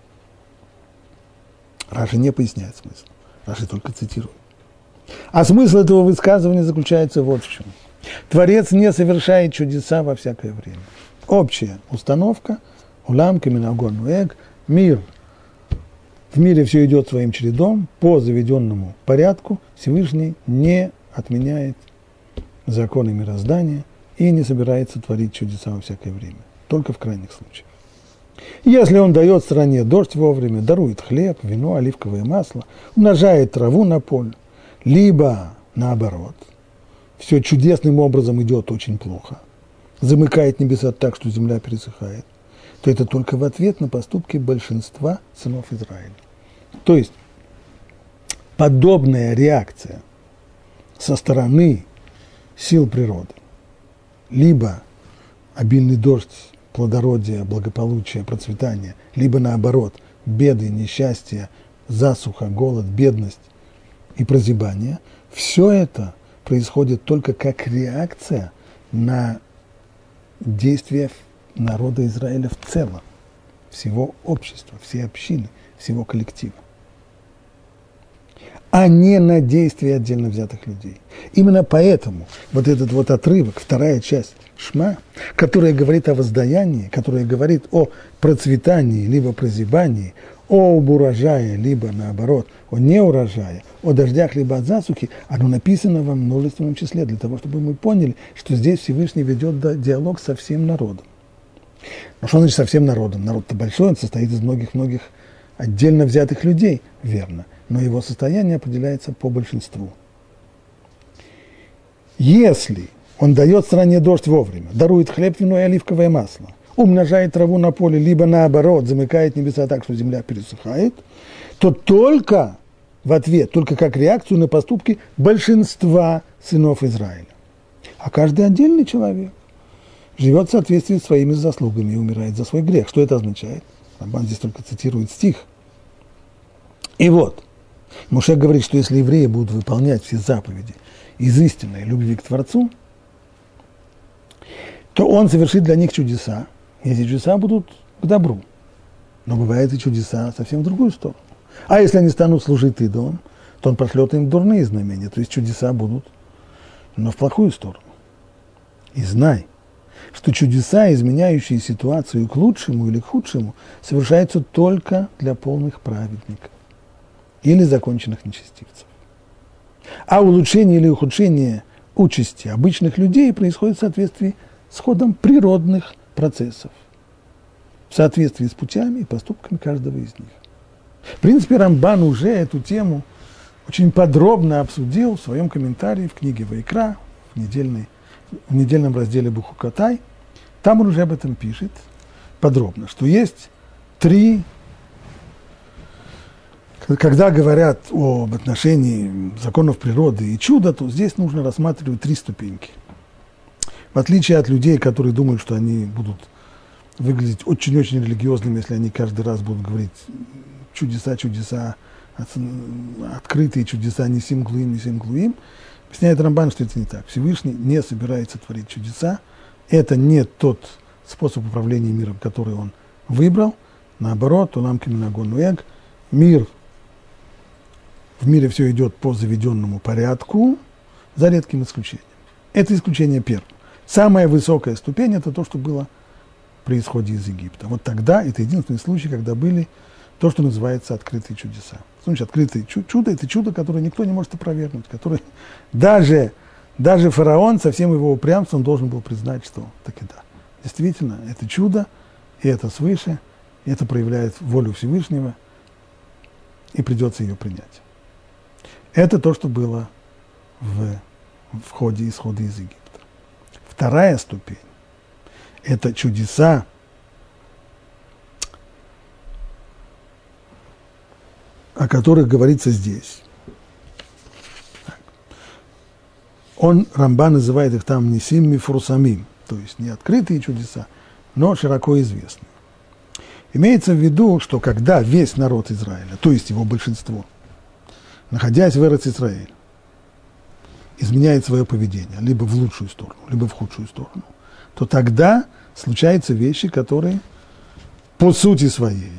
Раши не поясняет смысл. Раши только цитирует. А смысл этого высказывания заключается вот в чем. Творец не совершает чудеса во всякое время. Общая установка, Улам каменогон нуэг, мир, в мире все идет своим чередом, по заведенному порядку, Всевышний не отменяет законы мироздания и не собирается творить чудеса во всякое время, только в крайних случаях. Если он дает стране дождь вовремя, дарует хлеб, вино, оливковое масло, умножает траву на поле, либо наоборот, все чудесным образом идет очень плохо, замыкает небеса так, что земля пересыхает, то это только в ответ на поступки большинства сынов Израиля. То есть подобная реакция со стороны сил природы, либо обильный дождь, плодородие, благополучие, процветание, либо наоборот, беды, несчастья, засуха, голод, бедность и прозябание, все это происходит только как реакция на действия народа Израиля в целом, всего общества, всей общины, всего коллектива, а не на действия отдельно взятых людей. Именно поэтому вот этот вот отрывок, вторая часть Шма, которая говорит о воздаянии, которая говорит о процветании, либо прозябании, о урожае, либо наоборот, о неурожае, о дождях, либо от засухи, оно написано во множественном числе, для того, чтобы мы поняли, что здесь Всевышний ведет диалог со всем народом. Но что значит со всем народом? Народ-то большой, он состоит из многих-многих отдельно взятых людей, верно, но его состояние определяется по большинству. Если он дает стране дождь вовремя, дарует хлеб, вино и оливковое масло, умножает траву на поле, либо наоборот, замыкает небеса так, что земля пересыхает, то только в ответ, только как реакцию на поступки большинства сынов Израиля. А каждый отдельный человек живет в соответствии с своими заслугами и умирает за свой грех. Что это означает? Рамбан здесь только цитирует стих. И вот, Моше говорит, что если евреи будут выполнять все заповеди из истинной любви к Творцу, то он совершит для них чудеса, и эти чудеса будут к добру. Но бывают и чудеса совсем в другую сторону. А если они станут служить идолам, то он пошлет им дурные знамения, то есть чудеса будут, но в плохую сторону. И знай, что чудеса, изменяющие ситуацию к лучшему или к худшему, совершаются только для полных праведников или законченных нечестивцев. А улучшение или ухудшение участи обычных людей происходит в соответствии с ходом природных процессов, в соответствии с путями и поступками каждого из них. В принципе, Рамбан уже эту тему очень подробно обсудил в своем комментарии в книге Вайкра, в недельном разделе Бухукатай. Там он уже об этом пишет подробно, что есть три, когда говорят об отношении законов природы и чуда, то здесь нужно рассматривать три ступеньки. В отличие от людей, которые думают, что они будут выглядеть очень-очень религиозными, если они каждый раз будут говорить чудеса, открытые чудеса, не сим глуим, объясняет Рамбан, что это не так. Всевышний не собирается творить чудеса. Это не тот способ управления миром, который он выбрал. Наоборот, улам каменогон нуэг, в мире все идет по заведенному порядку, за редким исключением. Это исключение первое. Самая высокая ступень – это то, что было при исходе из Египта. Вот тогда это единственный случай, когда были то, что называется открытые чудеса. Значит, открытое чудо – это чудо, которое никто не может опровергнуть, которое даже фараон со всем его упрямством должен был признать, что таки да. Действительно, это чудо, и это свыше, и это проявляет волю Всевышнего, и придется ее принять. Это то, что было в ходе исхода из Египта. Вторая ступень – это чудеса, о которых говорится здесь. Рамбан называет их там нисим мифурсамим, то есть не открытые чудеса, но широко известные. Имеется в виду, что когда весь народ Израиля, то есть его большинство, находясь в Эрец-Исраэль, изменяет свое поведение либо в лучшую сторону, либо в худшую сторону, то тогда случаются вещи, которые по сути своей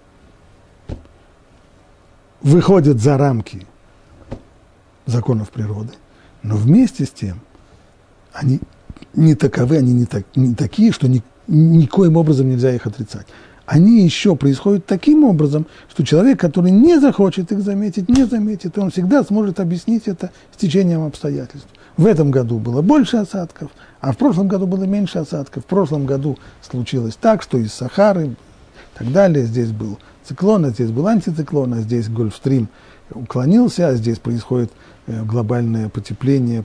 выходят за рамки законов природы, но вместе с тем они не таковы, они не такие, что никоим образом нельзя их отрицать. Они еще происходят таким образом, что человек, который не захочет их заметить, не заметит, и он всегда сможет объяснить это стечением обстоятельств. В этом году было больше осадков, а в прошлом году было меньше осадков. В прошлом году случилось так, что из Сахары и так далее, здесь был циклон, а здесь был антициклон, а здесь Гольфстрим уклонился, а здесь происходит глобальное потепление,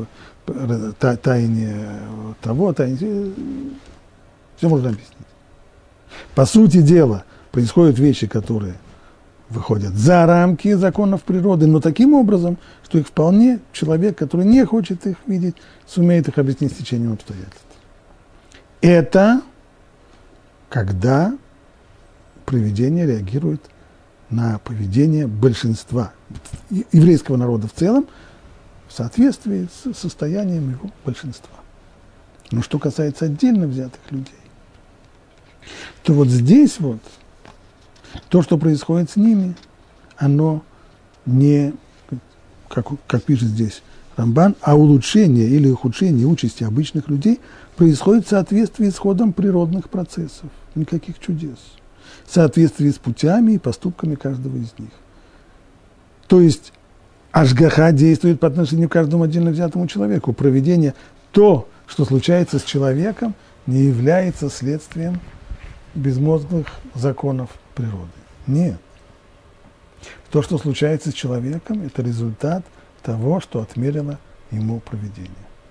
таяние того, таяние. Все можно объяснить. По сути дела, происходят вещи, которые выходят за рамки законов природы, но таким образом, что их вполне человек, который не хочет их видеть, сумеет их объяснить течением обстоятельств. Это когда провидение реагирует на поведение большинства еврейского народа в целом в соответствии с состоянием его большинства. Но что касается отдельно взятых людей, то вот здесь вот то, что происходит с ними, оно не, как пишет здесь Рамбан, а улучшение или ухудшение участи обычных людей происходит в соответствии с ходом природных процессов. Никаких чудес. В соответствии с путями и поступками каждого из них. То есть ашгаха действует по отношению к каждому отдельно взятому человеку. Провидение, то, что случается с человеком, не является следствием безмозглых законов природы. Нет. То, что случается с человеком, это результат того, что отмерило ему провидение.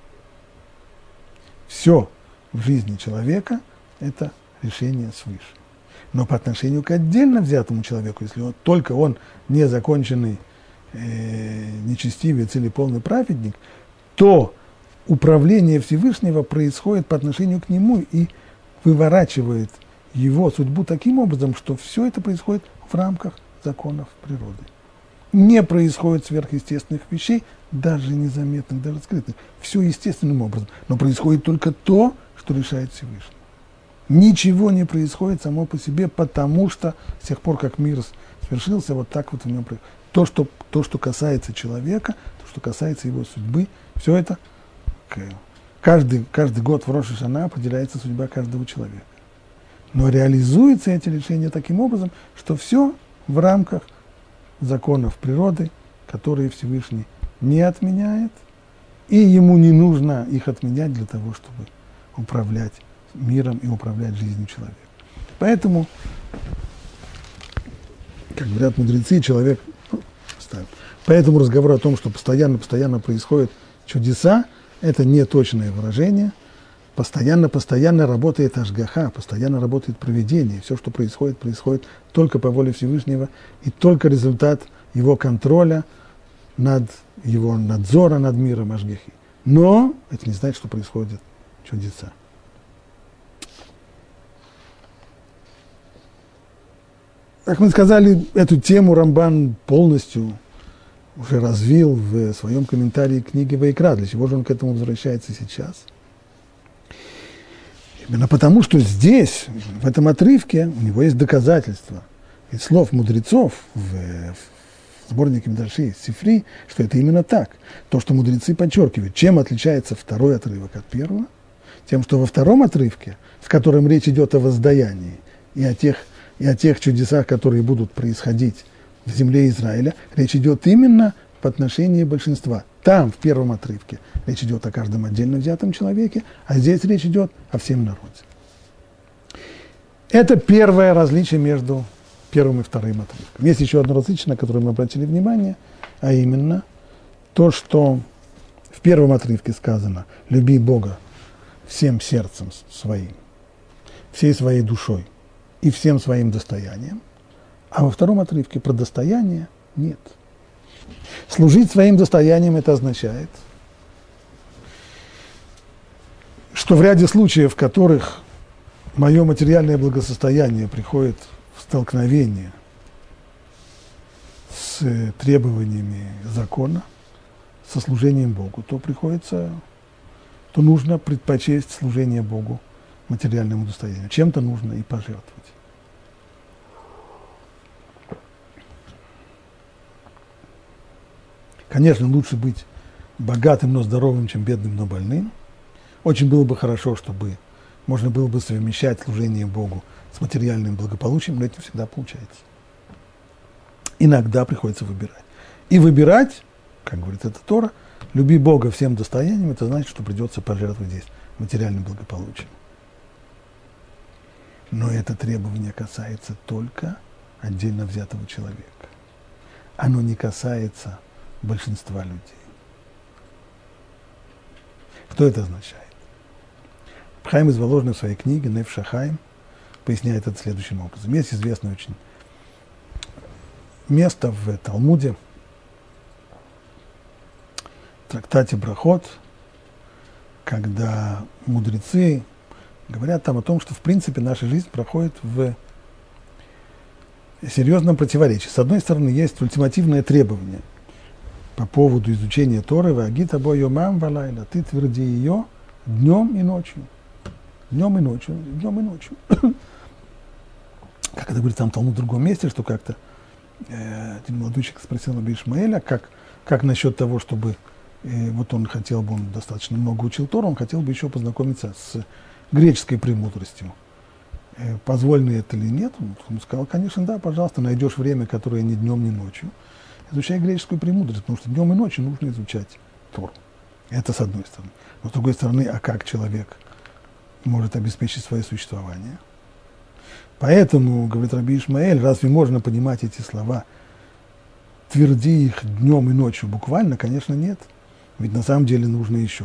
Все в жизни человека – это решение свыше. Но по отношению к отдельно взятому человеку, если только он незаконченный нечестивец или полный праведник, то управление Всевышнего происходит по отношению к нему и выворачивает его судьбу таким образом, что все это происходит в рамках законов природы. Не происходит сверхъестественных вещей, даже незаметных, даже скрытых. Все естественным образом. Но происходит только то, что решает Всевышний. Ничего не происходит само по себе, потому что с тех пор, как мир свершился, вот так вот в нем происходит. То, что касается человека, то, что касается его судьбы, все это каждый год в Рош ха-Шана определяется судьба каждого человека. Но реализуются эти решения таким образом, что все в рамках законов природы, которые Всевышний не отменяет, и ему не нужно их отменять для того, чтобы управлять миром и управлять жизнью человека. Поэтому, как говорят мудрецы, человек... Поэтому разговор о том, что постоянно происходят чудеса, это не точное выражение. Постоянно работает ашгаха, постоянно работает провидение. Все, что происходит только по воле Всевышнего и только результат его контроля его надзора над миром ашгахи. Но это не значит, что происходят чудеса. Как мы сказали, эту тему Рамбан полностью уже развил в своем комментарии к книге Ваикра. Для чего же он к этому возвращается сейчас? Именно потому, что здесь, в этом отрывке, у него есть доказательства из слов мудрецов в сборнике Мидраши Сифри, что это именно так. То, что мудрецы подчеркивают, чем отличается второй отрывок от первого, тем, что во втором отрывке, в котором речь идет о воздаянии и о тех чудесах, которые будут происходить в земле Израиля, речь идет именно в отношении большинства. Там, в первом отрывке, речь идет о каждом отдельно взятом человеке, а здесь речь идет о всем народе. Это первое различие между первым и вторым отрывком. Есть еще одно различие, на которое мы обратили внимание, а именно то, что в первом отрывке сказано «люби Бога всем сердцем своим, всей своей душой и всем своим достоянием», а во втором отрывке про достояние нет. Служить своим достоянием – это означает, что в ряде случаев, в которых мое материальное благосостояние приходит в столкновение с требованиями закона, со служением Богу, то нужно предпочесть служение Богу материальному достоянию. Чем-то нужно и пожертвовать. Конечно, лучше быть богатым, но здоровым, чем бедным, но больным. Очень было бы хорошо, чтобы можно было бы совмещать служение Богу с материальным благополучием, но это не всегда получается. Иногда приходится выбирать. И выбирать, как говорит эта Тора, люби Бога всем достоянием, это значит, что придется пожертвовать здесь материальным благополучием. Но это требование касается только отдельно взятого человека. Оно не касается большинства людей. Что это означает? Хаим из Воложны в своей книге «Нефеш ха-Хаим» поясняет это следующим образом. Есть известное очень место в Талмуде, в трактате Брахот, когда мудрецы говорят там о том, что в принципе наша жизнь проходит в серьезном противоречии. С одной стороны, есть ультимативное требование по поводу изучения Торы, «Ваагит або йомам валайла», ты тверди ее днем и ночью. Днем и ночью, днем и ночью. Как это говорит там в Талмуд в другом месте, что как-то один молодой человек спросил Раби Ишмаэля, как насчет того, чтобы вот он хотел бы, он достаточно много учил Тору, он хотел бы еще познакомиться с греческой премудростью. Позволено это или нет? Он сказал, конечно, да, пожалуйста, найдешь время, которое ни днем, ни ночью. Изучай греческую премудрость, потому что днем и ночью нужно изучать Тору. Это с одной стороны. Но с другой стороны, а как человек может обеспечить свое существование? Поэтому, говорит Раби Ишмаэль, разве можно понимать эти слова, тверди их днем и ночью буквально? Конечно, нет. Ведь на самом деле нужно еще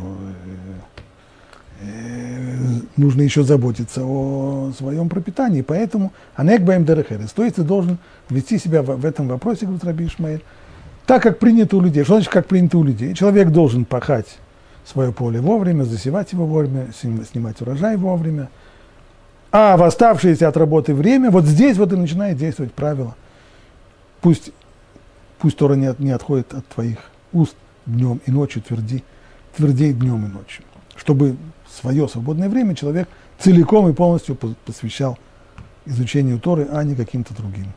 заботиться о своем пропитании. Поэтому анек баэм дерехерес. То есть ты должен вести себя в этом вопросе, говорит Раби Ишмаэль, так, как принято у людей. Что значит, как принято у людей? Человек должен пахать свое поле вовремя, засевать его вовремя, снимать урожай вовремя. А в оставшееся от работы время, вот здесь вот и начинает действовать правило. Пусть Тора не отходит от твоих уст днем и ночью, твердей днем и ночью. Чтобы свое свободное время человек целиком и полностью посвящал изучению Торы, а не каким-то другим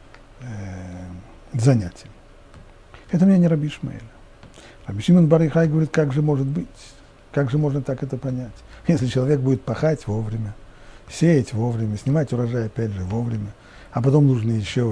занятиям. Это мнение Раби Ишмаэля. Раби Шимон бар Йохай говорит, как же может быть, как же можно так это понять? Если человек будет пахать вовремя, сеять вовремя, снимать урожай опять же вовремя, а потом нужно еще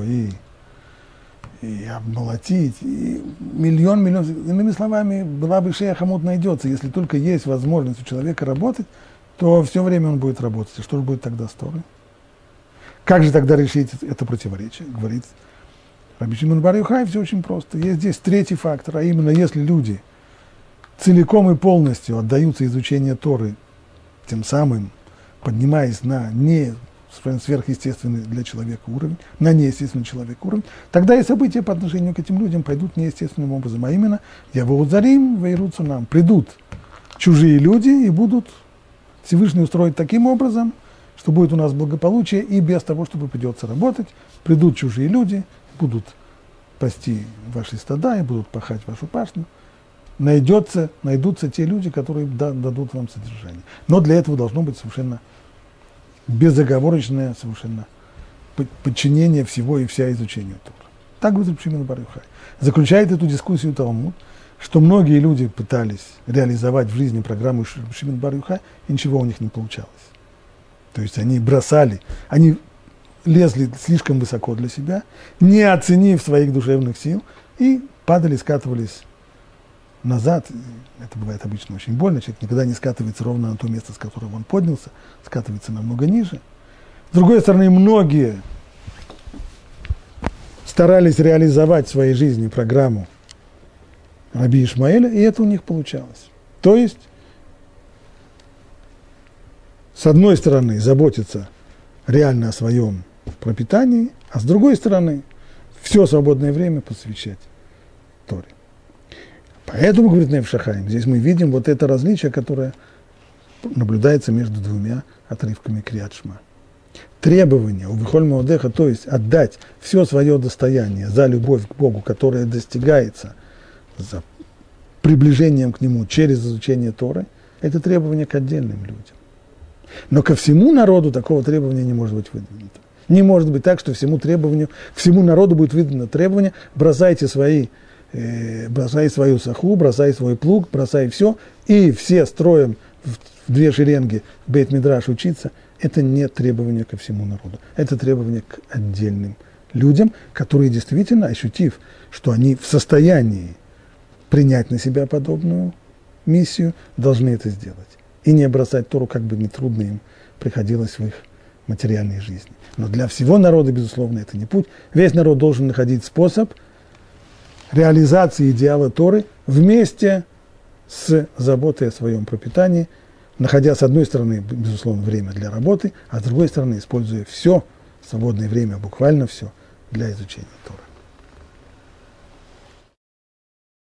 и обмолотить, и миллион, иными словами, была бы шея хамут найдется. Если только есть возможность у человека работать, то все время он будет работать. И что же будет тогда с Торой? Как же тогда решить это противоречие? Говорит Раби Шимон бар Йохай, все очень просто. Есть здесь третий фактор, а именно, если люди целиком и полностью отдаются изучению Торы, тем самым поднимаясь на не сверхъестественный для человека уровень, на неестественный человек уровень, тогда и события по отношению к этим людям пойдут неестественным образом, а именно, явоудзарим вейрут цунам, придут чужие люди и будут Всевышний устроить таким образом, что будет у нас благополучие, и без того, чтобы придется работать, придут чужие люди, будут пасти ваши стада и будут пахать вашу пашню, найдутся те люди, которые дадут вам содержание. Но для этого должно быть совершенно безоговорочное совершенно подчинение всего и вся изучению Торы. Так говорит Шимон бар Йохай. Заключает эту дискуссию Талмуд, что многие люди пытались реализовать в жизни программу Шимон бар Йохай, и ничего у них не получалось. То есть они бросали, они лезли слишком высоко для себя, не оценив своих душевных сил, и падали, скатывались назад. Это бывает обычно очень больно, человек никогда не скатывается ровно на то место, с которого он поднялся, скатывается намного ниже. С другой стороны, многие старались реализовать в своей жизни программу Раби Ишмаэля, и это у них получалось. То есть, с одной стороны, заботиться реально о своем пропитании, а с другой стороны, все свободное время посвящать Торе. Поэтому, говорит Нефеш ха-Хаим, здесь мы видим вот это различие, которое наблюдается между двумя отрывками Криат Шма. Требование у Вихоль Моодеха, то есть отдать все свое достояние за любовь к Богу, которая достигается за приближением к Нему через изучение Торы, это требование к отдельным людям. Но ко всему народу такого требования не может быть выдвинуто. Не может быть так, что всему народу будет выдано требование: бросай свою саху, бросай свой плуг, бросай все, и все строим в две шеренги в Бейт-Мидраш учиться, это не требование ко всему народу. Это требование к отдельным людям, которые действительно, ощутив, что они в состоянии принять на себя подобную миссию, должны это сделать. И не бросать Тору, как бы нетрудно им приходилось в их материальной жизни. Но для всего народа, безусловно, это не путь. Весь народ должен находить способ реализации идеала Торы вместе с заботой о своем пропитании, находя, с одной стороны, безусловно, время для работы, а с другой стороны, используя все свободное время, буквально все, для изучения Торы.